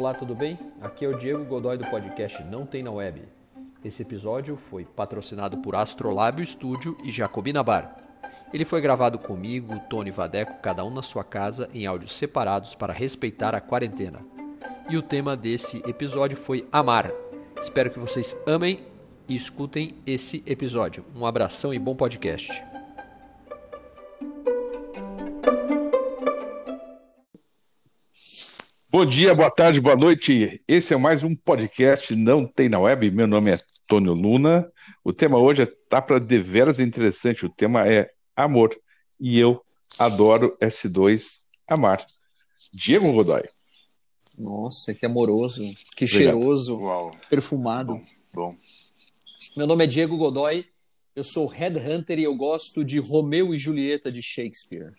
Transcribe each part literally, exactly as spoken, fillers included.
Olá, tudo bem? Aqui é o Diego Godoy do podcast Não Tem Na Web. Esse episódio foi patrocinado por Astrolábio Studio e Jacobina Bar. Ele foi gravado comigo, Tony Vadeco, cada um na sua casa, em áudios separados para respeitar a quarentena. E o tema desse episódio foi Amar. Espero que vocês amem e escutem esse episódio. Um abração e bom podcast. Bom dia, boa tarde, boa noite. Esse é mais um podcast Não Tem Na Web. Meu nome é Tônio Luna. O tema hoje está para deveras interessante. O tema é amor. E eu adoro S dois Amar. Diego Godoy. Nossa, que amoroso, que Obrigado. Cheiroso, Uau. perfumado. Bom, bom. Meu nome é Diego Godoy, eu sou headhunter e eu gosto de Romeu e Julieta de Shakespeare.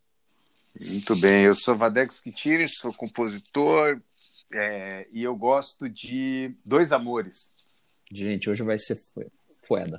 Muito bem, eu sou Vadeco Schittieri, sou compositor é, e eu gosto de Dois Amores. Gente, hoje vai ser foda.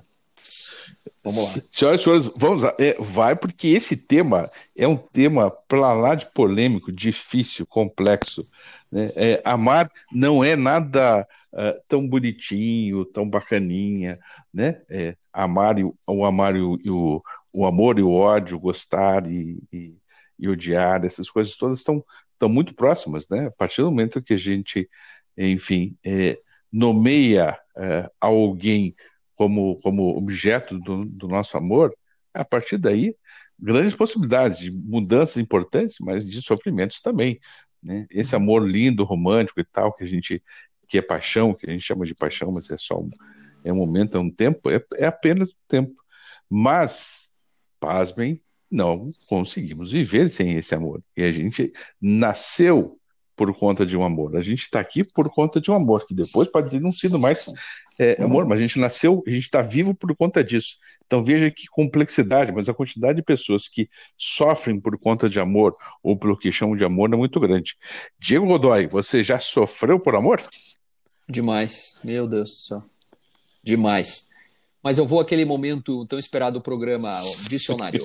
Vamos lá. Senhoras e senhores, vamos lá. É, vai porque esse tema é um tema para lá de polêmico, difícil, complexo. Né? É, amar não é nada uh, tão bonitinho, tão bacaninha. Né? É, amar e o, o amar e o, e o, o amor e o ódio, gostar e, e, e odiar, essas coisas todas estão, estão muito próximas. Né? A partir do momento que a gente, enfim, é, nomeia é, alguém como, como objeto do, do nosso amor, a partir daí, grandes possibilidades de mudanças importantes, mas de sofrimentos também. Né? Esse amor lindo, romântico e tal, que a gente, que é paixão, que a gente chama de paixão, mas é só um, é um momento, é um tempo, é, é apenas um tempo. Mas, pasmem, não conseguimos viver sem esse amor. E a gente nasceu por conta de um amor. A gente está aqui por conta de um amor, que depois pode ter não sido mais é, amor, mas a gente nasceu, a gente está vivo por conta disso. Então veja que complexidade, mas a quantidade de pessoas que sofrem por conta de amor, ou pelo que chamam de amor, é muito grande. Diego Godoy, você já sofreu por amor? Demais, meu Deus do céu. Demais. Mas eu vou àquele momento tão esperado do programa, o dicionário.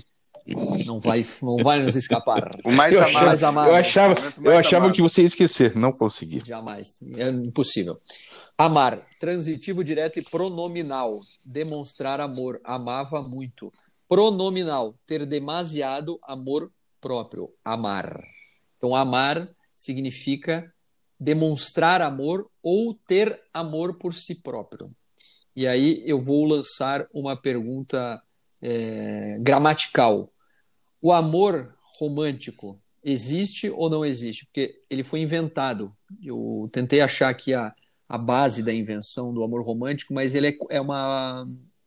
Não vai, não vai nos escapar. O mais eu amado. Achava, mais amado. Eu achava, eu achava amado. que você ia esquecer, não consegui. Jamais. É impossível. Amar. Transitivo direto e pronominal. Demonstrar amor. Amava muito. Pronominal. Ter demasiado amor próprio. Amar. Então, amar significa demonstrar amor ou ter amor por si próprio. E aí eu vou lançar uma pergunta é, gramatical. O amor romântico existe ou não existe? Porque ele foi inventado. Eu tentei achar aqui a, a base da invenção do amor romântico, mas ele é, é, uma,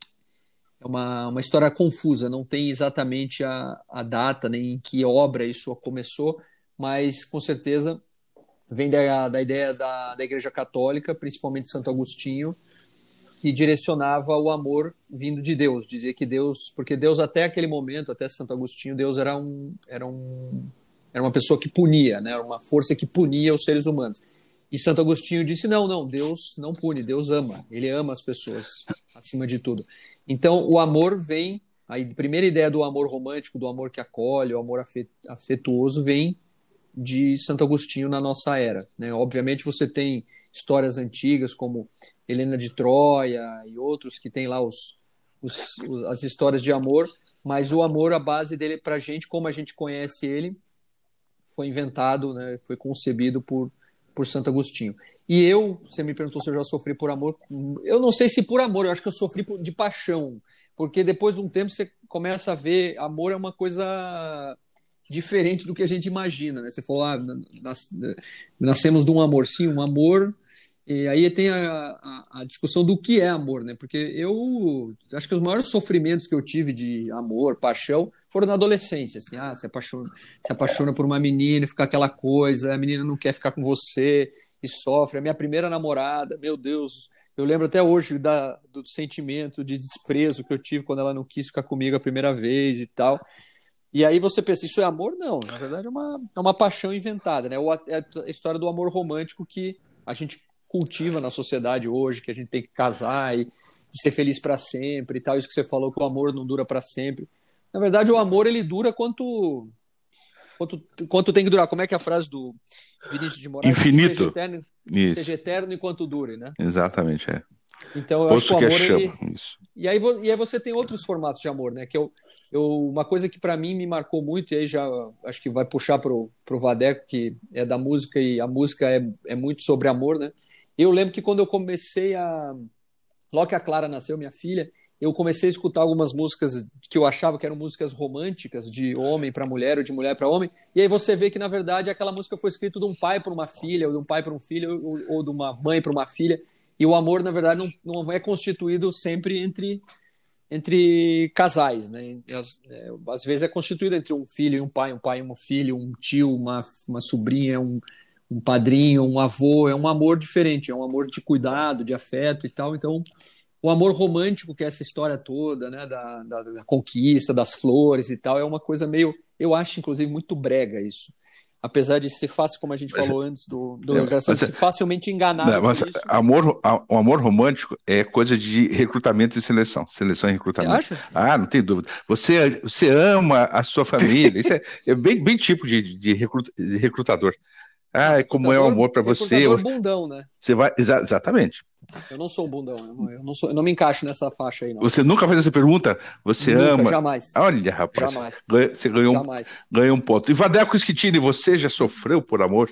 é uma, uma história confusa. Não tem exatamente a, a data, nem em que obra isso começou, mas com certeza vem da, da ideia da, da Igreja Católica, principalmente Santo Agostinho, que direcionava o amor vindo de Deus, dizia que Deus, porque Deus até aquele momento, até Santo Agostinho, Deus era um, era um, era uma pessoa que punia, né? Era uma força que punia os seres humanos. E Santo Agostinho disse não, não, Deus não pune, Deus ama, Ele ama as pessoas acima de tudo. Então o amor vem, a primeira ideia do amor romântico, do amor que acolhe, o amor afetuoso vem de Santo Agostinho na nossa era, né? Obviamente você tem histórias antigas como Helena de Troia e outros que tem lá os, os, os, as histórias de amor, mas o amor, a base dele para a gente, como a gente conhece ele, foi inventado, né, foi concebido por, por Santo Agostinho. E eu, você me perguntou se eu já sofri por amor, eu não sei se por amor, eu acho que eu sofri por, de paixão, porque depois de um tempo você começa a ver, amor é uma coisa diferente do que a gente imagina, né? Você falou, ah, nas, nascemos de um amor, sim, um amor. E aí tem a, a, a discussão do que é amor, né? Porque eu acho que os maiores sofrimentos que eu tive de amor, paixão, foram na adolescência, assim, ah, se apaixona, se apaixona por uma menina e fica aquela coisa, a menina não quer ficar com você e sofre. A minha primeira namorada, meu Deus, eu lembro até hoje da, do sentimento de desprezo que eu tive quando ela não quis ficar comigo a primeira vez e tal. E aí você pensa, isso é amor? Não, na verdade é uma, é uma paixão inventada, né? É a história do amor romântico que a gente cultiva na sociedade hoje, que a gente tem que casar e, e ser feliz para sempre e tal. Isso que você falou, que o amor não dura para sempre. Na verdade, o amor ele dura quanto, Quanto, quanto tem que durar? Como é que é a frase do Vinícius de Moraes? Infinito. Seja eterno, Isso. seja eterno enquanto dure, né? Exatamente, é. Então, eu acho que Posto o que é amor, ele... chama. Isso. E aí, vo- e aí você tem outros formatos de amor, né? Que eu, eu, uma coisa que para mim me marcou muito, e aí já acho que vai puxar pro, pro Vadeco, que é da música, e a música é, é muito sobre amor, né? Eu lembro que quando eu comecei a... Logo que a Clara nasceu, minha filha, eu comecei a escutar algumas músicas que eu achava que eram músicas românticas, de homem para mulher ou de mulher para homem, e aí você vê que, na verdade, aquela música foi escrita de um pai para uma filha, ou de um pai para um filho, ou, ou de uma mãe para uma filha, e o amor, na verdade, não, não é constituído sempre entre, entre casais, né? Às, é, às vezes é constituído entre um filho e um pai, um pai e um filho, um tio, uma, uma sobrinha, um, um padrinho, um avô, é um amor diferente, é um amor de cuidado, de afeto e tal, então o amor romântico, que é essa história toda, né, da, da, da conquista, das flores e tal, é uma coisa meio, eu acho, inclusive, muito brega isso. Apesar de ser fácil, como a gente Mas, falou antes do, do é, gravação, mas, de ser facilmente enganado não, por mas isso. amor, a- o amor romântico é coisa de recrutamento e seleção. Seleção e Você recrutamento. acha? Ah, não tem dúvida. Você, você ama a sua família. Isso é, é bem, bem tipo de, de, recruta- de recrutador. Não, Ah, como é o recrutador, amor para você. recrutador bundão, né? Você vai. exa- exatamente. Eu não sou um bundão, eu não, eu não, sou, eu não me encaixo nessa faixa aí, não. Você nunca fez essa pergunta? Você Nunca, ama. jamais. Olha, rapaz, Jamais. ganha- você ganhou um, Jamais. ganhou um ponto. E Vadeco Schettini, você já sofreu por amor?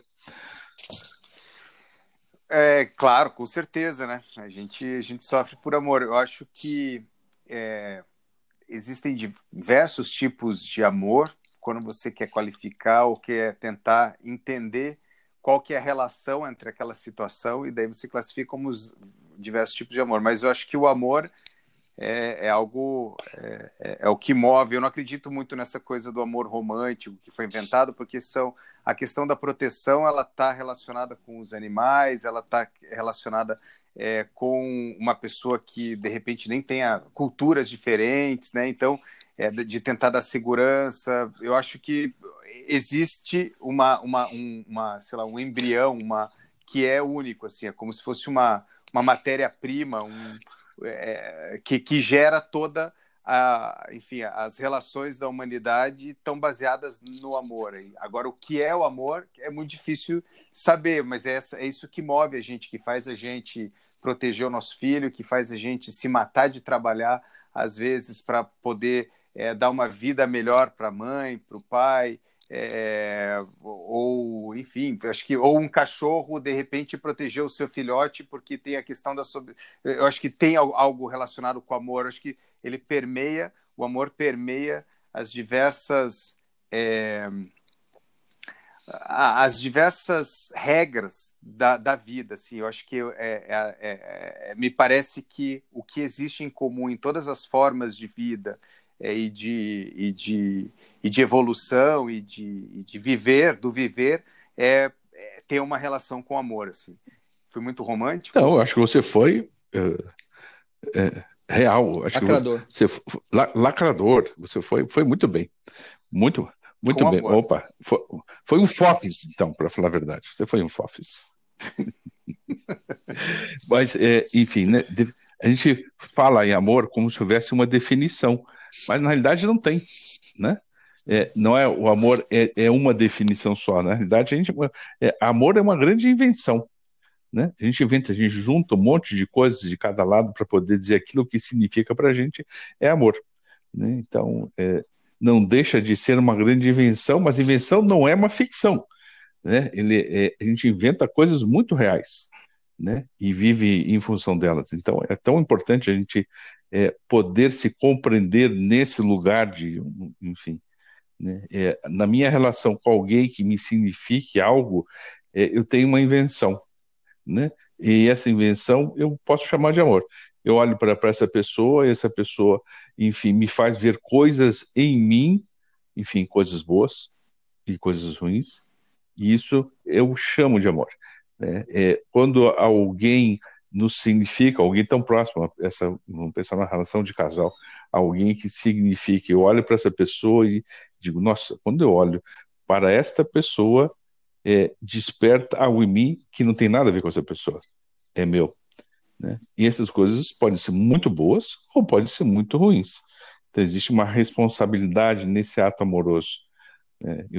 É, claro, com certeza, né? A gente, a gente sofre por amor. Eu acho que é, existem diversos tipos de amor quando você quer qualificar ou quer tentar entender qual que é a relação entre aquela situação e daí você classifica como os diversos tipos de amor. Mas eu acho que o amor é, é algo, é, é, é o que move. Eu não acredito muito nessa coisa do amor romântico que foi inventado, porque são a questão da proteção, ela está relacionada com os animais, ela está relacionada é, com uma pessoa que de repente nem tenha culturas diferentes, né? Então, é, de tentar dar segurança. Eu acho que existe uma, uma, um, uma, sei lá, um embrião, uma que é único, assim, é como se fosse uma, uma matéria-prima, um É, que, que gera toda a, enfim, as relações da humanidade estão baseadas no amor. Agora, o que é o amor é muito difícil saber, mas é, essa, é isso que move a gente, que faz a gente proteger o nosso filho, que faz a gente se matar de trabalhar, às vezes, para poder é, dar uma vida melhor para a mãe, para o pai. É, ou enfim, acho que ou um cachorro de repente proteger o seu filhote porque tem a questão da sobre... eu acho que tem algo relacionado com o amor, acho que ele permeia, o amor permeia as diversas é, as diversas regras da, da vida, assim, eu acho que é, é, é, é, me parece que o que existe em comum em todas as formas de vida é, e, de, e, de, e de evolução e de, e de viver, do viver, é, é ter uma relação com o amor, assim. Foi muito romântico? Não, eu acho que você foi é, é, real. Acho Lacrador. que você foi lacrador. Você foi, foi muito bem. Muito, muito com bem. amor. Opa, foi, foi um fofis, então, para falar a verdade. Você foi um fofis. Mas, é, enfim, né, a gente fala em amor como se houvesse uma definição, mas na realidade não tem, né? É, não é o amor é, é uma definição só. Na realidade, a gente, é, amor é uma grande invenção, né? A gente inventa, a gente junta um monte de coisas de cada lado para poder dizer aquilo que significa para a gente é amor, né? Então, é, não deixa de ser uma grande invenção, mas invenção não é uma ficção, né? Ele, é, a gente inventa coisas muito reais, né? E vive em função delas. Então, é tão importante a gente é, poder se compreender nesse lugar de, enfim, né? É, na minha relação com alguém que me signifique algo, é, eu tenho uma invenção, né? E essa invenção eu posso chamar de amor. Eu olho para essa pessoa e essa pessoa, enfim, me faz ver coisas em mim, enfim, coisas boas e coisas ruins, e isso eu chamo de amor, né? É, quando alguém nos significa, alguém tão próximo, essa, vamos pensar na relação de casal, alguém que significa, eu olho para essa pessoa e digo, nossa, quando eu olho para esta pessoa, é, desperta algo em mim que não tem nada a ver com essa pessoa, é meu, né? E essas coisas podem ser muito boas ou podem ser muito ruins. Então existe uma responsabilidade nesse ato amoroso, né? Eu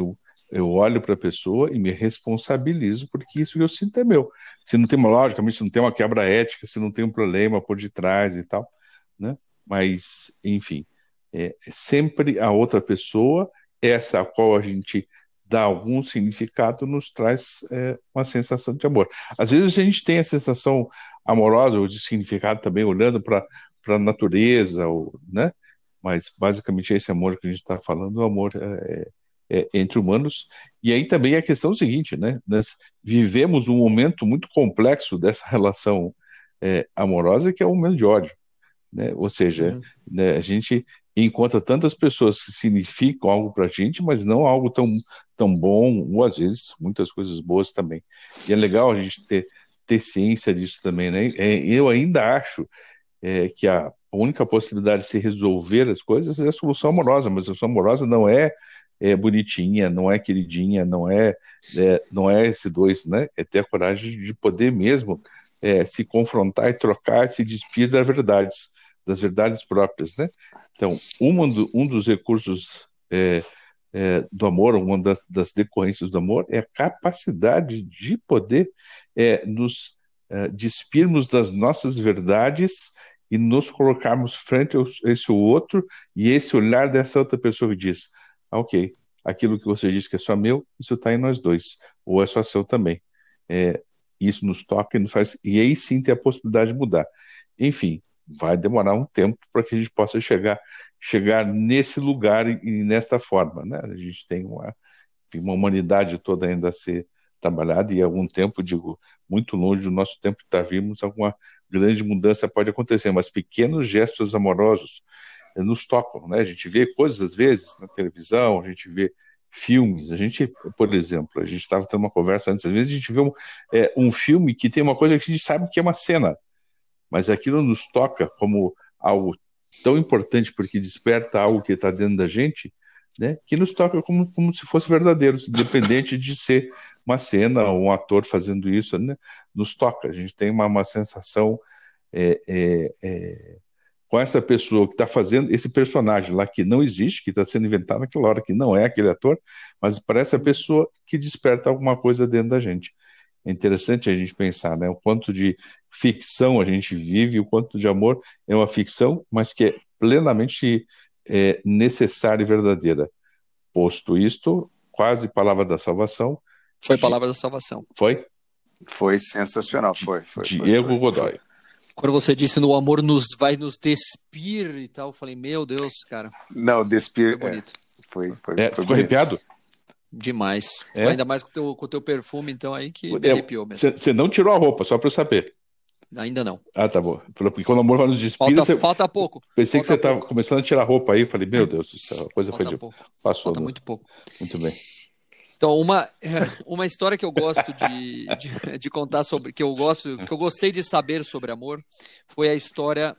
Eu olho para a pessoa e me responsabilizo porque isso que eu sinto é meu. Se não tem uma, logicamente, se não tem uma quebra ética, se não tem um problema por detrás e tal, né? Mas, enfim, é, sempre a outra pessoa, essa a qual a gente dá algum significado, nos traz é, uma sensação de amor. Às vezes a gente tem a sensação amorosa ou de significado também olhando para para a natureza, ou, né? Mas basicamente esse amor que a gente está falando, o amor é, é, entre humanos. E aí também a questão seguinte, né? Nós vivemos um momento muito complexo dessa relação é, amorosa, que é o momento de ódio, né? Ou seja, Uhum. né, a gente encontra tantas pessoas que significam algo para a gente, mas não algo tão, tão bom, ou às vezes muitas coisas boas também. E é legal a gente ter, ter ciência disso também, né? É, eu ainda acho é, que a única possibilidade de se resolver as coisas é a solução amorosa, mas a solução amorosa não é, é bonitinha, não é queridinha, não é, é, não é esse dois, né? É ter a coragem de poder mesmo é, se confrontar e trocar, se despir das verdades, das verdades próprias, né? Então, uma do, um dos recursos é, é, do amor, uma das, das decorrências do amor, é a capacidade de poder é, nos é, despirmos das nossas verdades e nos colocarmos frente a esse outro e esse olhar dessa outra pessoa que diz, ah, ok, aquilo que você disse que é só meu, isso está em nós dois, ou é só seu também. É, isso nos toca e nos faz, e aí sim tem a possibilidade de mudar. Enfim, vai demorar um tempo para que a gente possa chegar chegar nesse lugar e, e nesta forma, né? A gente tem uma, uma humanidade toda ainda a ser trabalhada e há algum tempo, digo, muito longe do nosso tempo que está vindo, alguma grande mudança pode acontecer, mas pequenos gestos amorosos eh, nos tocam, né? A gente vê coisas às vezes na televisão, a gente vê filmes, a gente, por exemplo, a gente estava tendo uma conversa antes, às vezes a gente vê um, é, um filme que tem uma coisa que a gente sabe que é uma cena, mas aquilo nos toca como algo tão importante porque desperta algo que está dentro da gente, né, que nos toca como, como se fosse verdadeiro, independente de ser uma cena ou um ator fazendo isso, né, nos toca. A gente tem uma, uma sensação é, é, é, com essa pessoa que está fazendo esse personagem lá que não existe, que está sendo inventado naquela hora, que não é aquele ator, mas para essa pessoa que desperta alguma coisa dentro da gente. É interessante a gente pensar, né, o quanto de ficção a gente vive, o quanto de amor é uma ficção, mas que é plenamente é, necessária e verdadeira. Posto isto, quase palavra da salvação. Foi Di... palavra da salvação. Foi? Foi sensacional, foi. foi Diego foi, foi, Godoy. Foi. Quando você disse no amor nos vai nos despir e tal, eu falei, meu Deus, cara. Não, despir. Foi bonito. É, foi, foi, é, foi ficou bonito. Arrepiado? Demais. É? Ainda mais com o teu, com o teu perfume, então, aí que me arrepiou mesmo. Você não tirou a roupa, só para eu saber. Ainda não. Ah, tá bom. Porque quando o amor vai nos despir... Falta, você... falta pouco. Pensei falta que você estava começando a tirar a roupa aí. Eu falei, meu Deus do céu, a coisa falta foi de... pouco. Passou. Falta né? muito pouco. Muito bem. Então, uma, uma história que eu gosto de, de, de contar sobre, que eu gosto, que eu gostei de saber sobre amor, foi a história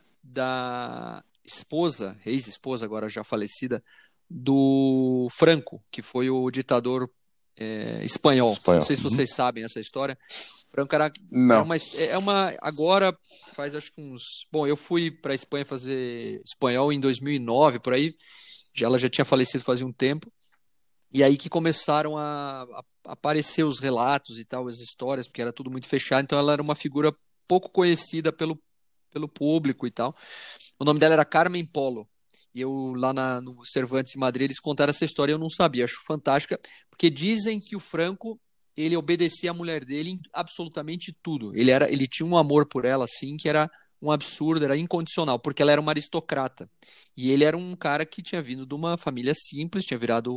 da esposa, ex-esposa, agora já falecida, do Franco, que foi o ditador é, espanhol. espanhol. Não sei se vocês uhum. sabem essa história. Franco era, era uma, é uma, agora faz acho que uns, bom, eu fui para a Espanha fazer espanhol em dois mil e nove, por aí, já, ela já tinha falecido fazia um tempo. E aí que começaram a, a aparecer os relatos e tal, as histórias, porque era tudo muito fechado, então ela era uma figura pouco conhecida pelo, pelo público e tal. O nome dela era Carmen Polo. E eu lá na, no Cervantes em Madrid, eles contaram essa história e eu não sabia. Acho fantástica, porque dizem que o Franco, ele obedecia a mulher dele em absolutamente tudo. Ele, era, ele tinha um amor por ela, assim, que era um absurdo, era incondicional, porque ela era uma aristocrata. E ele era um cara que tinha vindo de uma família simples, tinha virado...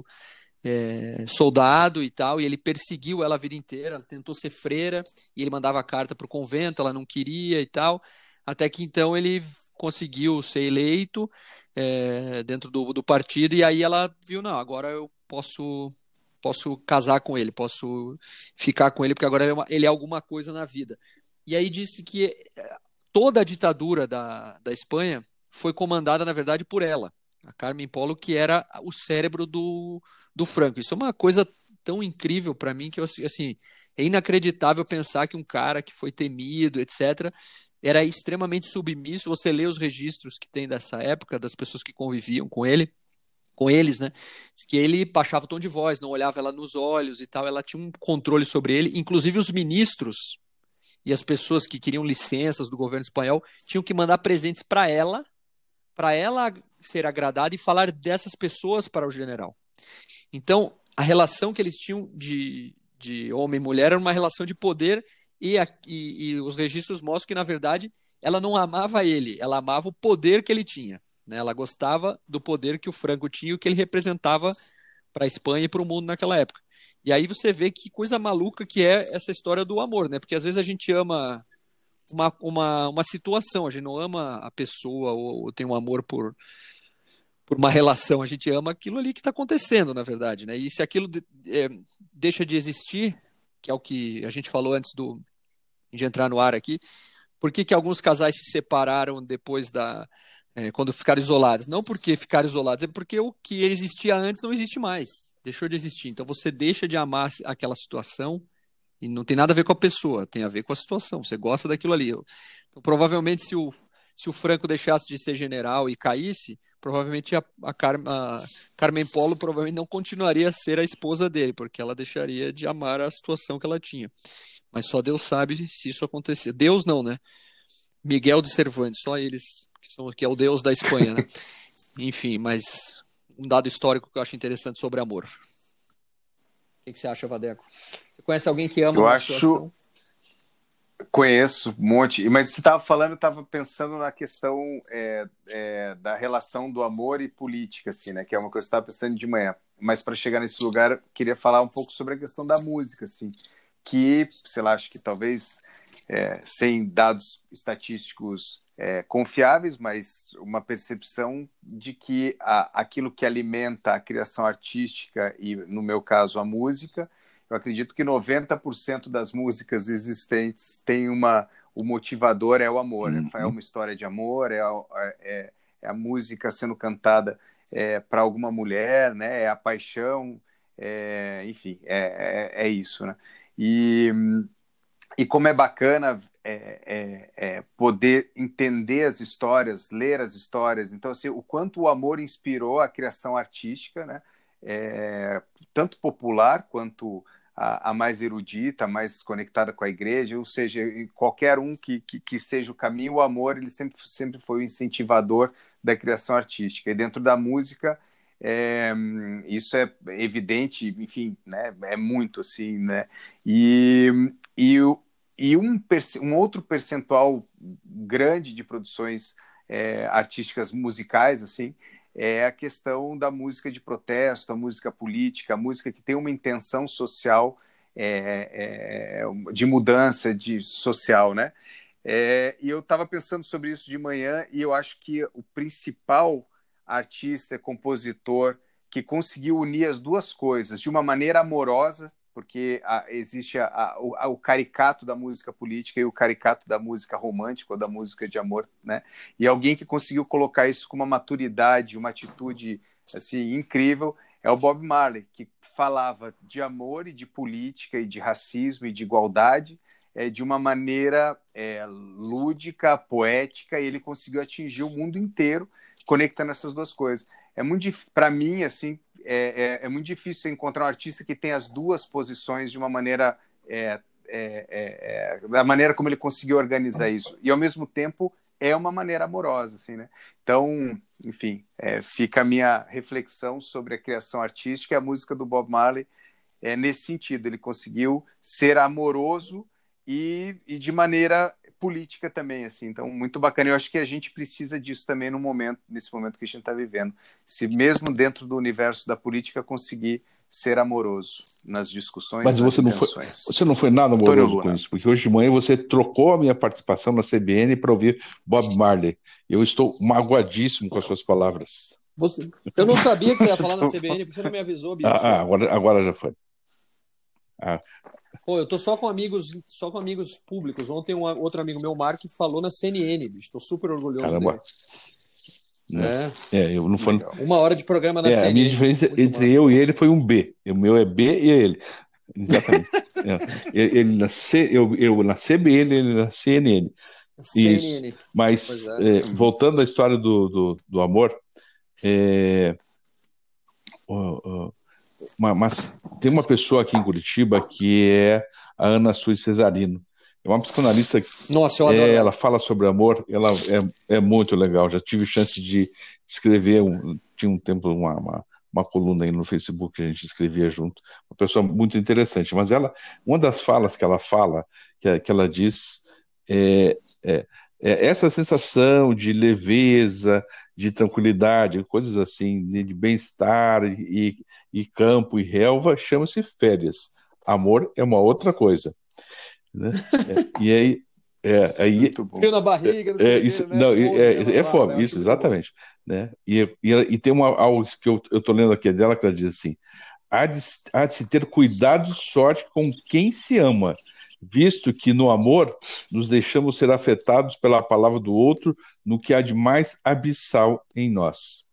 É, soldado e tal, e ele perseguiu ela a vida inteira, ela tentou ser freira, e ele mandava carta para o convento, ela não queria e tal, até que então ele conseguiu ser eleito é, dentro do, do partido, e aí ela viu, não, agora eu posso, posso casar com ele, posso ficar com ele, porque agora ele é, uma, ele é alguma coisa na vida. E aí disse que toda a ditadura da, da Espanha foi comandada, na verdade, por ela, a Carmen Polo, que era o cérebro do do Franco. Isso é uma coisa tão incrível para mim que eu, assim, é inacreditável pensar que um cara que foi temido, etcétera, era extremamente submisso. Você lê os registros que tem dessa época, das pessoas que conviviam com ele, com eles, né? Diz que ele baixava o tom de voz, não olhava ela nos olhos e tal, ela tinha um controle sobre ele, inclusive os ministros e as pessoas que queriam licenças do governo espanhol tinham que mandar presentes para ela, para ela ser agradada e falar dessas pessoas para o general. Então, a relação que eles tinham de, de homem e mulher era uma relação de poder e, a, e, e os registros mostram que, na verdade, ela não amava ele, ela amava o poder que ele tinha. Né? Ela gostava do poder que o Franco tinha e o que ele representava para a Espanha e para o mundo naquela época. E aí você vê que coisa maluca que é essa história do amor, né? Porque às vezes a gente ama uma, uma, uma situação, a gente não ama a pessoa ou, ou tem um amor por, por uma relação, a gente ama aquilo ali que está acontecendo, na verdade, né? E se aquilo de, é, deixa de existir, que é o que a gente falou antes do, de entrar no ar aqui, por que que alguns casais se separaram depois da... É, quando ficaram isolados? Não porque ficaram isolados, é porque o que existia antes não existe mais, deixou de existir. Então você deixa de amar aquela situação e não tem nada a ver com a pessoa, tem a ver com a situação, você gosta daquilo ali. Então provavelmente se o, se o Franco deixasse de ser general e caísse, provavelmente a, a, Car, a Carmen Polo provavelmente não continuaria a ser a esposa dele, porque ela deixaria de amar a situação que ela tinha. Mas só Deus sabe se isso acontecer. Deus não, né? Miguel de Cervantes, só eles que, são, que é o Deus da Espanha, né? Enfim, mas um dado histórico que eu acho interessante sobre amor. O que, que você acha, Vadeco? Você conhece alguém que ama eu uma acho... situação? Conheço um monte, mas você estava falando, eu estava pensando na questão é, é, da relação do amor e política, assim, né? Que é uma coisa que eu estava pensando de manhã. Mas para chegar nesse lugar, eu queria falar um pouco sobre a questão da música, assim, que, sei lá, acho que talvez é, sem dados estatísticos é, confiáveis, mas uma percepção de que a, aquilo que alimenta a criação artística e, no meu caso, a música, eu acredito que noventa por cento das músicas existentes tem uma... O motivador é o amor. Uhum. É uma história de amor, é a, é, é a música sendo cantada é, para alguma mulher, né? É a paixão, é, enfim, é, é, é isso, né? E, e como é bacana é, é, é poder entender as histórias, ler as histórias. Então, assim, o quanto o amor inspirou a criação artística, né? É, tanto popular quanto a, a mais erudita, a mais conectada com a igreja, ou seja, qualquer um que, que, que seja o caminho, o amor ele sempre, sempre foi o incentivador da criação artística. E dentro da música, é, isso é evidente, enfim, né, é muito assim, né? E, e, e um, um outro percentual grande de produções é, artísticas musicais, assim, é a questão da música de protesto, a música política, a música que tem uma intenção social, é, é, de mudança de social, né? É, e eu estava pensando sobre isso de manhã e eu acho que o principal artista, compositor, que conseguiu unir as duas coisas de uma maneira amorosa, porque a, existe a, a, o, a, o caricato da música política e o caricato da música romântica ou da música de amor, né? E alguém que conseguiu colocar isso com uma maturidade, uma atitude assim incrível é o Bob Marley, que falava de amor e de política e de racismo e de igualdade é, de uma maneira é, lúdica, poética, e ele conseguiu atingir o mundo inteiro conectando essas duas coisas. É muito, para mim, assim, é, é, é muito difícil encontrar um artista que tem as duas posições de uma maneira, é, é, é, da maneira como ele conseguiu organizar isso. E, ao mesmo tempo, é uma maneira amorosa, assim, né? Então, enfim, é, fica a minha reflexão sobre a criação artística e a música do Bob Marley é nesse sentido. Ele conseguiu ser amoroso e, e de maneira política também, assim, então muito bacana. Eu acho que a gente precisa disso também no momento, nesse momento que a gente está vivendo, se mesmo dentro do universo da política conseguir ser amoroso nas discussões. Mas você não foi, você não foi nada amoroso com isso, porque hoje de manhã você trocou a minha participação na C B N para ouvir Bob Marley. Eu estou magoadíssimo com as suas palavras. Você... Eu não sabia que você ia falar na C B N, porque você não me avisou, Bia. Ah, agora, agora já foi. Ah. Pô, eu tô só com amigos, só com amigos públicos. Ontem um outro amigo meu, Mark, falou na C N N, bicho. Tô super orgulhoso Caramba. dele. É. é, eu não fui. Uma hora de programa na é, C N N. A minha diferença entre massa. eu e ele foi um B. O meu é B e ele. Exatamente. é. Ele, ele na C, eu, eu na C B N, ele na C N N. C N N. Isso. Mas, é. É, voltando à história do, do, do amor, é, uh, uh, uma, mas tem uma pessoa aqui em Curitiba que é a Ana Sui Cesarino. É uma psicanalista. Nossa, eu é, adoro ela. ela fala sobre amor, ela é, é muito legal. Já tive chance de escrever, um, tinha um tempo uma, uma, uma coluna aí no Facebook que a gente escrevia junto. Uma pessoa muito interessante. Mas ela, uma das falas que ela fala, que, que ela diz, é, é, é essa sensação de leveza, de tranquilidade, coisas assim, de, de bem-estar e, e campo e relva, chama-se férias. Amor é uma outra coisa. Né? É, e aí, é, aí Muito bom. Frio na barriga, não é, sei o isso, quê, né? não, Fome, é, blá, blá, é blá, fome, eu acho isso, muito bom. exatamente. Né? E, e, e tem uma, algo que eu estou lendo aqui dela que ela diz assim: há de, há de se ter cuidado e sorte com quem se ama, visto que no amor nos deixamos ser afetados pela palavra do outro no que há de mais abissal em nós.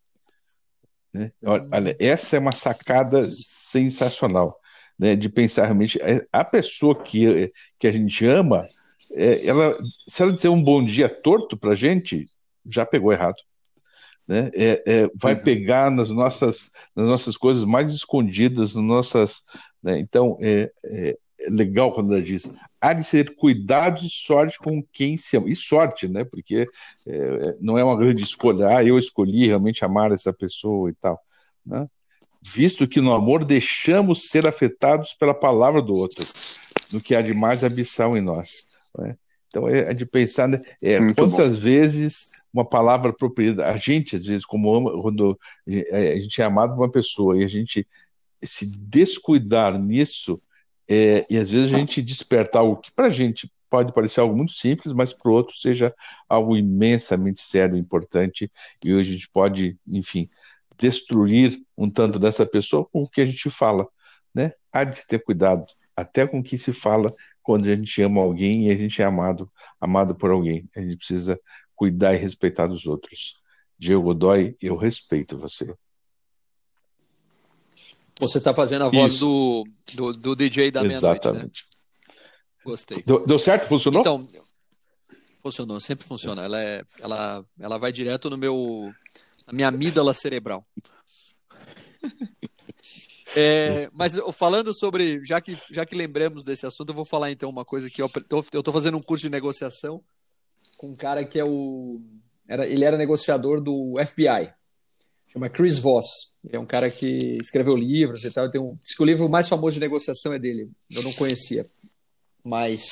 Né? Olha, essa é uma sacada sensacional, né? De pensar realmente a pessoa que, que a gente ama, é, ela, se ela dizer um bom dia torto para a gente, já pegou errado. Né? É, é, vai Uhum. pegar nas nossas, nas nossas coisas mais escondidas, nas nossas. Né? Então, é, é, é legal quando ela diz: há de ser cuidado e sorte com quem se ama. E sorte, né? Porque é, não é uma grande escolha. Ah, eu escolhi realmente amar essa pessoa e tal. Né? Visto que no amor deixamos ser afetados pela palavra do outro, no que há de mais abissal em nós. Né? Então, é, é de pensar, né? É, quantas bom. vezes uma palavra propriedade, a gente, às vezes, como ama, quando a gente é amado por uma pessoa e a gente se descuidar nisso, é, e às vezes a gente despertar algo que para a gente pode parecer algo muito simples, mas para o outro seja algo imensamente sério e importante, e hoje a gente pode, enfim, destruir um tanto dessa pessoa com o que a gente fala, né? Há de se ter cuidado, até com o que se fala quando a gente ama alguém e a gente é amado, amado por alguém. A gente precisa cuidar e respeitar dos outros. Diego Godoy, eu respeito você. Você está fazendo a voz do, do, do D J da meia-noite, né? Exatamente. Gostei. Deu, deu certo? Funcionou? Então, funcionou, sempre funciona. Ela, é, ela, ela vai direto no meu, na minha amígdala cerebral. É, mas falando sobre, já que, já que lembramos desse assunto, eu vou falar então uma coisa que eu tô, eu tô fazendo um curso de negociação com um cara que é o, era, ele era negociador do F B I, chama Chris Voss. Ele é um cara que escreveu livros e tal. Tem um, diz que o livro mais famoso de negociação é dele. Eu não conhecia, mas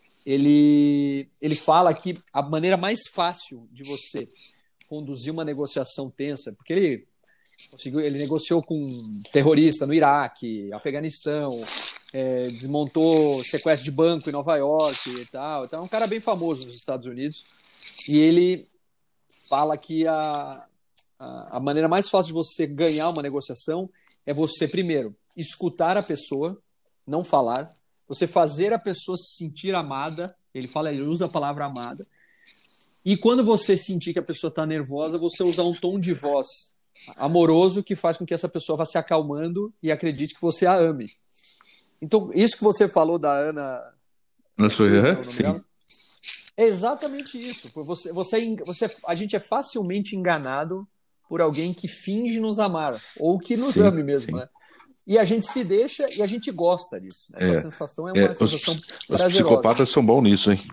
ele, ele fala que a maneira mais fácil de você conduzir uma negociação tensa, porque ele conseguiu, ele negociou com terrorista no Iraque, Afeganistão, é, desmontou sequestro de banco em Nova York e tal. Então é um cara bem famoso nos Estados Unidos. E ele fala que a, a, a maneira mais fácil de você ganhar uma negociação é você, primeiro, escutar a pessoa, não falar, você fazer a pessoa se sentir amada. Ele fala, ele usa a palavra amada. E quando você sentir que a pessoa está nervosa, você usar um tom de voz amoroso que faz com que essa pessoa vá se acalmando e acredite que você a ame. Então, isso que você falou da Ana... Na sua Ana sim. Dela, é exatamente isso. Você, você, você, a gente é facilmente enganado por alguém que finge nos amar, ou que nos sim, ame mesmo, sim. né? E a gente se deixa e a gente gosta disso. Essa é, sensação é uma é, sensação os, prazerosa. Os psicopatas são bons nisso, hein?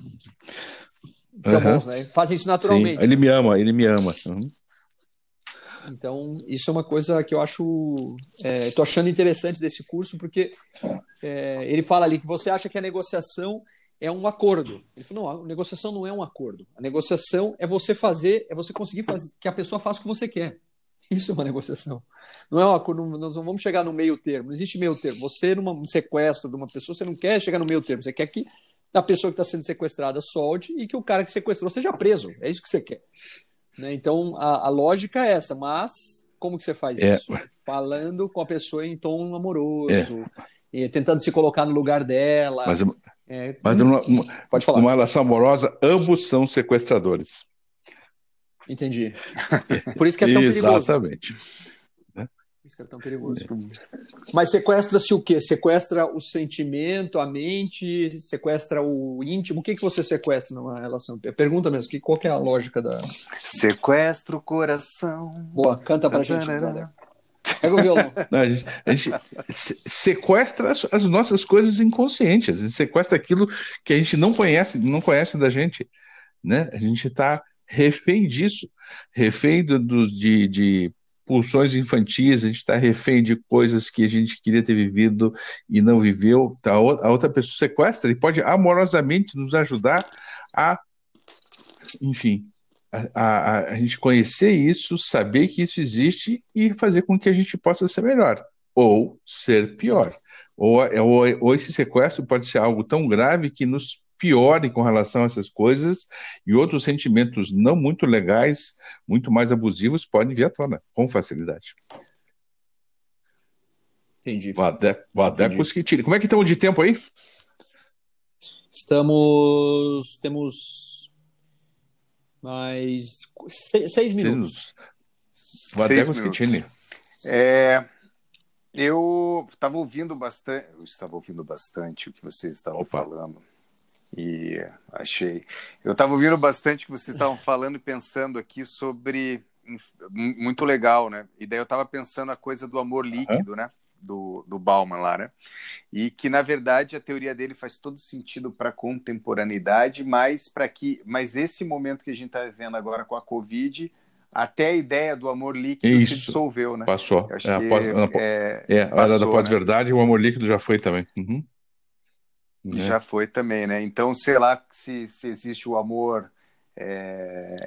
São uhum. bons, né? Fazem isso naturalmente. Sim, ele né? me ama, ele me ama. Uhum. Então, isso é uma coisa que eu acho... Estou é, achando interessante desse curso, porque é, ele fala ali que você acha que a negociação é um acordo. Ele falou, não, a negociação não é um acordo. A negociação é você fazer, é você conseguir fazer que a pessoa faça o que você quer. Isso é uma negociação. Não é um acordo, nós não vamos chegar no meio termo. Não existe meio termo. Você, num sequestro de uma pessoa, você não quer chegar no meio termo. Você quer que a pessoa que está sendo sequestrada solte e que o cara que sequestrou seja preso. É isso que você quer. Né? Então, a, a lógica é essa. Mas, como que você faz é. isso? Falando com a pessoa em tom amoroso, é. e tentando se colocar no lugar dela. Mas, é, mas um, numa, pode falar. Numa relação amorosa, ambos são sequestradores. Entendi. Por isso que é tão perigoso. Exatamente. Por isso que é tão perigoso. Mas sequestra-se o quê? Sequestra o sentimento, a mente, sequestra o íntimo. O que, que você sequestra numa relação? Pergunta mesmo, que, qual que é a lógica da... Sequestra o coração. Boa, canta pra gente, brother. Pega o violão. Não, a gente, a gente se- sequestra as, as nossas coisas inconscientes, a gente sequestra aquilo que a gente não conhece, não conhece da gente, né? A gente está refém disso, refém do, do- de, de pulsões infantis, a gente está refém de coisas que a gente queria ter vivido e não viveu. Tá, a o- a outra pessoa sequestra e pode amorosamente nos ajudar a, enfim, a, a, a gente conhecer isso, saber que isso existe e fazer com que a gente possa ser melhor, ou ser pior. Ou, ou, ou esse sequestro pode ser algo tão grave que nos piore com relação a essas coisas e outros sentimentos não muito legais, muito mais abusivos, podem vir à tona com facilidade. Entendi. Vade- Vadecos Entendi. que tire. Como é que estamos de tempo aí? Estamos. Temos mais seis, seis minutos. Seis Vadecos que minutos. tire. É, eu estava ouvindo bastante, eu estava ouvindo bastante o que vocês estavam Opa. falando e achei. Eu estava ouvindo bastante o que vocês estavam falando e pensando aqui sobre m- muito legal, né? E daí eu estava pensando a coisa do amor líquido, né? Do, do Bauman lá, né? E que na verdade a teoria dele faz todo sentido para a contemporaneidade, mas para que, mas esse momento que a gente está vivendo agora com a Covid, até a ideia do amor líquido se Isso. dissolveu, né? Passou. Eu acho É, a que pós, a, é, é, a era da passou, né? pós-verdade, o amor líquido já foi também. Uhum. E Né? já foi também, né? Então, sei lá se, se existe o amor, é,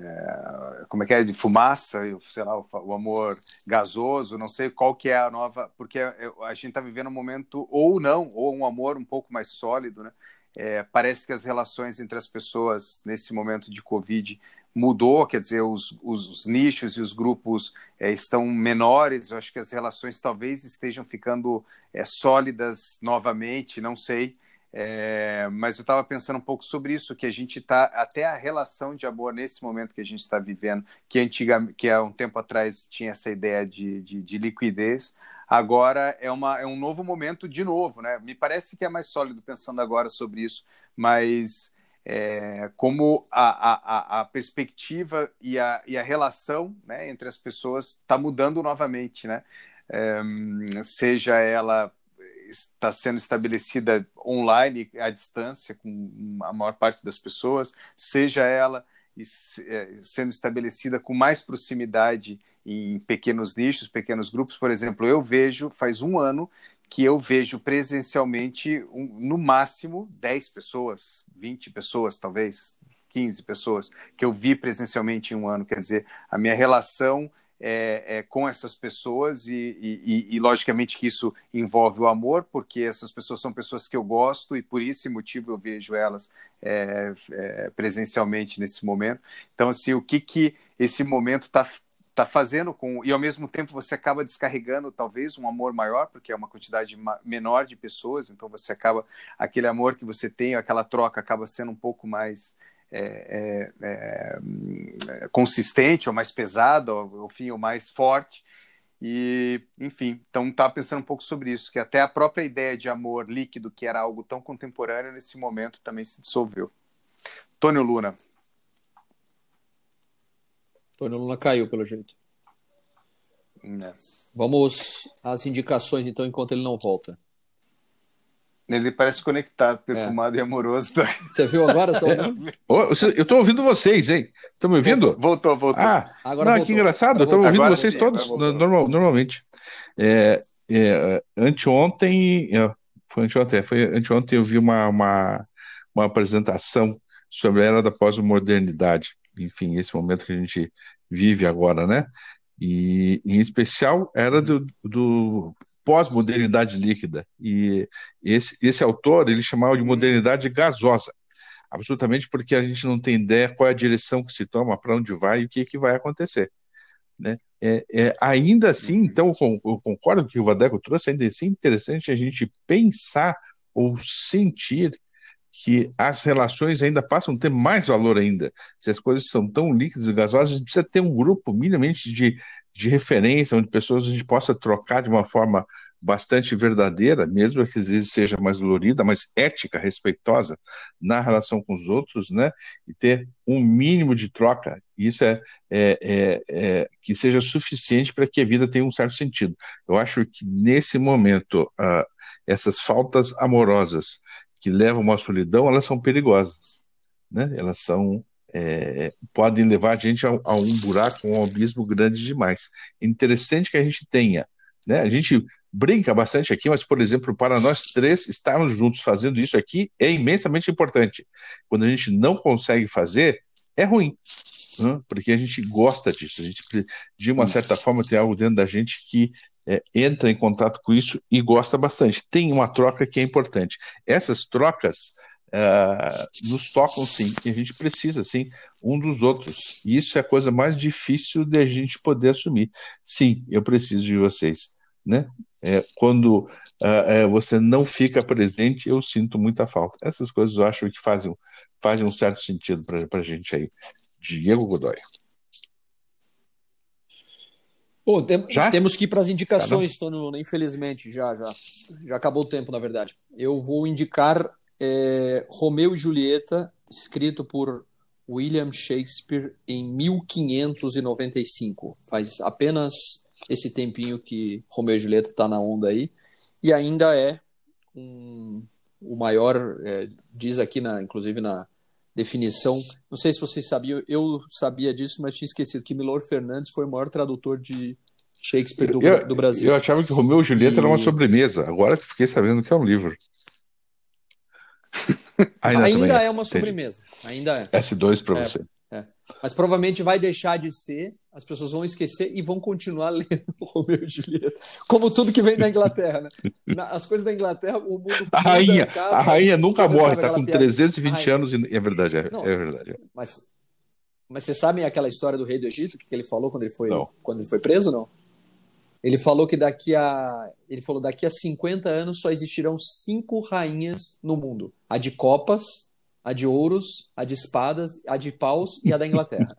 é, como é que é, de fumaça, sei lá, o, o amor gasoso, não sei qual que é a nova, porque a gente está vivendo um momento, ou não, ou um amor um pouco mais sólido, né? É, parece que as relações entre as pessoas nesse momento de Covid mudou, quer dizer, os, os, os nichos e os grupos é, estão menores, eu acho que as relações talvez estejam ficando é, sólidas novamente, não sei. É, mas eu estava pensando um pouco sobre isso, que a gente está, até a relação de amor nesse momento que a gente está vivendo, que, antiga, que há um tempo atrás tinha essa ideia de, de, de liquidez, agora é, uma, é um novo momento de novo, né? Me parece que é mais sólido pensando agora sobre isso, mas é, como a, a, a perspectiva e a, e a relação, né, entre as pessoas está mudando novamente, né? É, seja ela está sendo estabelecida online, à distância, com a maior parte das pessoas, seja ela sendo estabelecida com mais proximidade em pequenos nichos, pequenos grupos. Por exemplo, eu vejo, faz um ano que eu vejo presencialmente, um, no máximo, dez pessoas, vinte pessoas, talvez, quinze pessoas, que eu vi presencialmente em um ano. Quer dizer, a minha relação É, é, com essas pessoas e, e, e, logicamente, que isso envolve o amor, porque essas pessoas são pessoas que eu gosto e, por esse motivo, eu vejo elas é, é, presencialmente nesse momento. Então, assim, o que, que esse momento está tá fazendo com... E, ao mesmo tempo, você acaba descarregando, talvez, um amor maior, porque é uma quantidade menor de pessoas, então você acaba... Aquele amor que você tem, aquela troca, acaba sendo um pouco mais... É, é, é, consistente, ou mais pesada, ou, enfim, ou mais forte. E, enfim, então estava pensando um pouco sobre isso, que até a própria ideia de amor líquido, que era algo tão contemporâneo, nesse momento também se dissolveu. Tônio Luna. Tônio Luna caiu, pelo jeito. É. Vamos às indicações, então, enquanto ele não volta. Ele parece conectado, perfumado é. e amoroso. Você viu agora? Só... É. Eu estou ouvindo vocês, hein? Estão me ouvindo? Voltou, voltou. Ah, agora não, voltou. que engraçado. Eu estou ouvindo vocês sim, todos, normal, normalmente. É, é, anteontem, foi anteontem, foi anteontem eu vi uma, uma, uma apresentação sobre a era da pós-modernidade. Enfim, esse momento que a gente vive agora, né? E, em especial, era do... do pós-modernidade líquida, e esse, esse autor, ele chamava de modernidade gasosa, absolutamente porque a gente não tem ideia qual é a direção que se toma, para onde vai e o que, que vai acontecer, né? É, é, ainda assim, então, eu concordo com o que o Vadeco trouxe, ainda assim é interessante a gente pensar ou sentir que as relações ainda passam a ter mais valor ainda. Se as coisas são tão líquidas e gasosas, a gente precisa ter um grupo minimamente de, de referência, onde pessoas a gente possa trocar de uma forma bastante verdadeira, mesmo que às vezes seja mais dolorida, mas ética, respeitosa na relação com os outros, né? E ter um mínimo de troca, isso é, é, é, é que seja suficiente para que a vida tenha um certo sentido. Eu acho que nesse momento, uh, essas faltas amorosas que levam à solidão, elas são perigosas, né? Elas são É, podem levar a gente a, a um buraco, um abismo grande demais. Interessante que a gente tenha, né? A gente brinca bastante aqui, mas, por exemplo, para nós três estarmos juntos fazendo isso aqui é imensamente importante. Quando a gente não consegue fazer, é ruim, né? Porque a gente gosta disso. A gente, de uma certa forma, tem algo dentro da gente que é, entra em contato com isso e gosta bastante. Tem uma troca que é importante. Essas trocas Uh, nos tocam sim, e a gente precisa sim um dos outros, e isso é a coisa mais difícil de a gente poder assumir. Sim, eu preciso de vocês, né? É, quando uh, é, você não fica presente, eu sinto muita falta. Essas coisas eu acho que fazem, fazem um certo sentido para a gente aí. Diego Godoy. Pô, tem, já? Temos que ir para as indicações, tá, Tono, infelizmente, já, já, já acabou o tempo, na verdade. Eu vou indicar É, Romeu e Julieta, escrito por William Shakespeare em mil quinhentos e noventa e cinco. Faz apenas esse tempinho que Romeu e Julieta está na onda aí. E ainda é um, o maior, é, diz aqui, na, inclusive na definição, não sei se vocês sabiam, eu sabia disso, mas tinha esquecido que Milor Fernandes foi o maior tradutor de Shakespeare do, eu, do Brasil. Eu achava que Romeu e Julieta e... era uma sobremesa, agora que fiquei sabendo que é um livro. Ainda, ainda é. é uma sobremesa. Ainda é. S dois para é, você. É. Mas provavelmente vai deixar de ser, as pessoas vão esquecer e vão continuar lendo Romeu e Julieta. Como tudo que vem da Inglaterra, né? Na, as coisas da Inglaterra, o mundo. A rainha, muda, capa, a rainha nunca morre, está com piada. trezentos e vinte anos e é verdade, é, Não, é verdade. Mas, mas vocês sabem aquela história do rei do Egito, que ele falou quando ele foi, não. quando ele foi preso, não? Ele falou que daqui a, ele falou, daqui a cinquenta anos só existirão cinco rainhas no mundo. A de copas, a de ouros, a de espadas, a de paus e a da Inglaterra.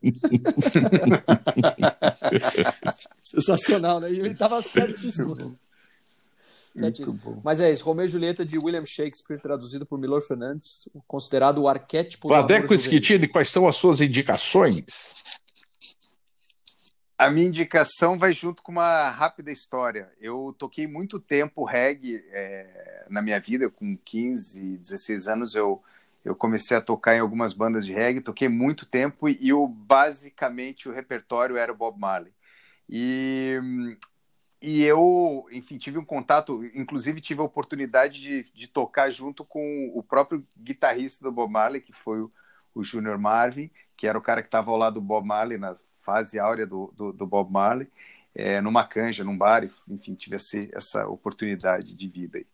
Sensacional, né? E ele estava certíssimo. certíssimo. Mas é isso, Romeu e Julieta de William Shakespeare, traduzido por Milor Fernandes, considerado o arquétipo do Vadeco amor Schettini, quais são as suas indicações? A minha indicação vai junto com uma rápida história. Eu toquei muito tempo reggae é, na minha vida, com quinze, dezesseis anos eu, eu comecei a tocar em algumas bandas de reggae, toquei muito tempo e, e eu, basicamente o repertório era o Bob Marley. E, e eu, enfim, tive um contato, inclusive tive a oportunidade de, de tocar junto com o próprio guitarrista do Bob Marley, que foi o, o Junior Marvin, que era o cara que estava ao lado do Bob Marley na fase áurea do, do, do Bob Marley, é, numa canja, num bar, enfim, tive essa, essa oportunidade de vida aí.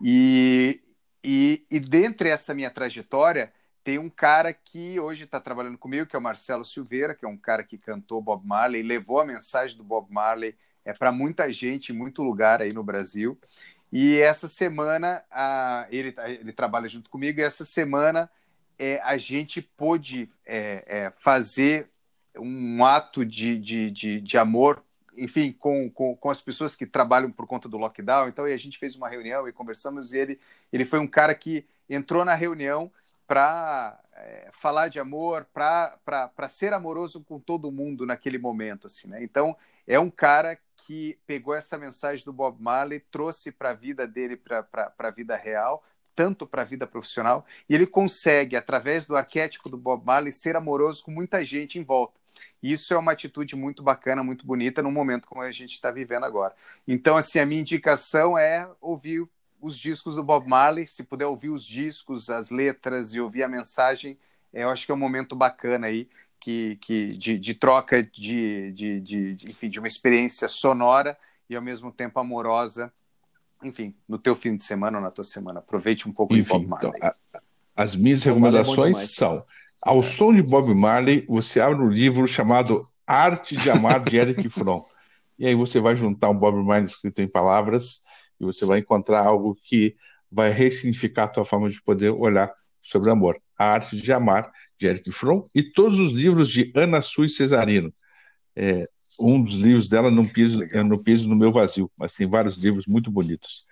E, e, e dentre essa minha trajetória, tem um cara que hoje está trabalhando comigo, que é o Marcelo Silveira, que é um cara que cantou Bob Marley, levou a mensagem do Bob Marley é, para muita gente, em muito lugar aí no Brasil. E essa semana, a, ele, ele trabalha junto comigo, e essa semana é, a gente pôde é, é, fazer um ato de, de, de, de amor, enfim, com, com, com as pessoas que trabalham por conta do lockdown. Então, e a gente fez uma reunião e conversamos, e ele, ele foi um cara que entrou na reunião para é, falar de amor, para ser amoroso com todo mundo naquele momento, assim, né? Então, é um cara que pegou essa mensagem do Bob Marley, trouxe para a vida dele, para a vida real, tanto para a vida profissional, e ele consegue, através do arquétipo do Bob Marley, ser amoroso com muita gente em volta. Isso é uma atitude muito bacana, muito bonita, num momento como a gente está vivendo agora. Então, assim, a minha indicação é ouvir os discos do Bob Marley. Se puder ouvir os discos, as letras e ouvir a mensagem, eu acho que é um momento bacana aí, que, que, de, de troca de, de, de, de, enfim, de uma experiência sonora e, ao mesmo tempo, amorosa, enfim, no teu fim de semana ou na tua semana. Aproveite um pouco Enfim, de Bob Marley. Então, a, as minhas recomendações é são: ao é. som de Bob Marley, você abre um livro chamado Arte de Amar, de Erich Fromm. E aí você vai juntar um Bob Marley escrito em palavras e você vai encontrar algo que vai ressignificar a tua forma de poder olhar sobre amor. A Arte de Amar, de Erich Fromm, e todos os livros de Ana Sui Cesarino. É, um dos livros dela, Não Piso, Legal. Não Piso no Meu Vazio, mas tem vários livros muito bonitos.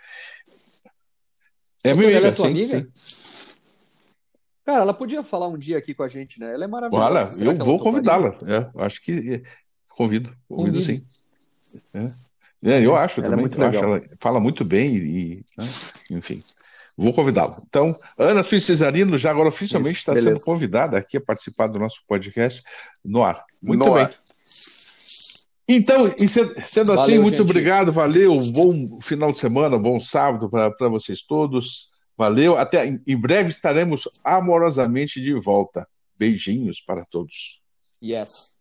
É Ô, minha Tony, ela é amiga, tua sim, amiga? sim. Cara, ela podia falar um dia aqui com a gente, né? Ela é Olha, maravilhosa. Será eu que ela vou toparia? convidá-la. É, acho que é, convido, convido sim. Convide. É. É, eu acho Ela é também, muito eu acho, legal. ela fala muito bem e, e, né, enfim, vou convidá-la. Então, Ana Suíça Cesarino já agora oficialmente Isso, está sendo beleza. convidada aqui a participar do nosso podcast no ar. Muito No bem. ar. Então, e se- sendo assim, Valeu, muito gente. obrigado, valeu, bom final de semana, bom sábado para vocês todos. Valeu, até em em breve estaremos amorosamente de volta. Beijinhos para todos. Yes.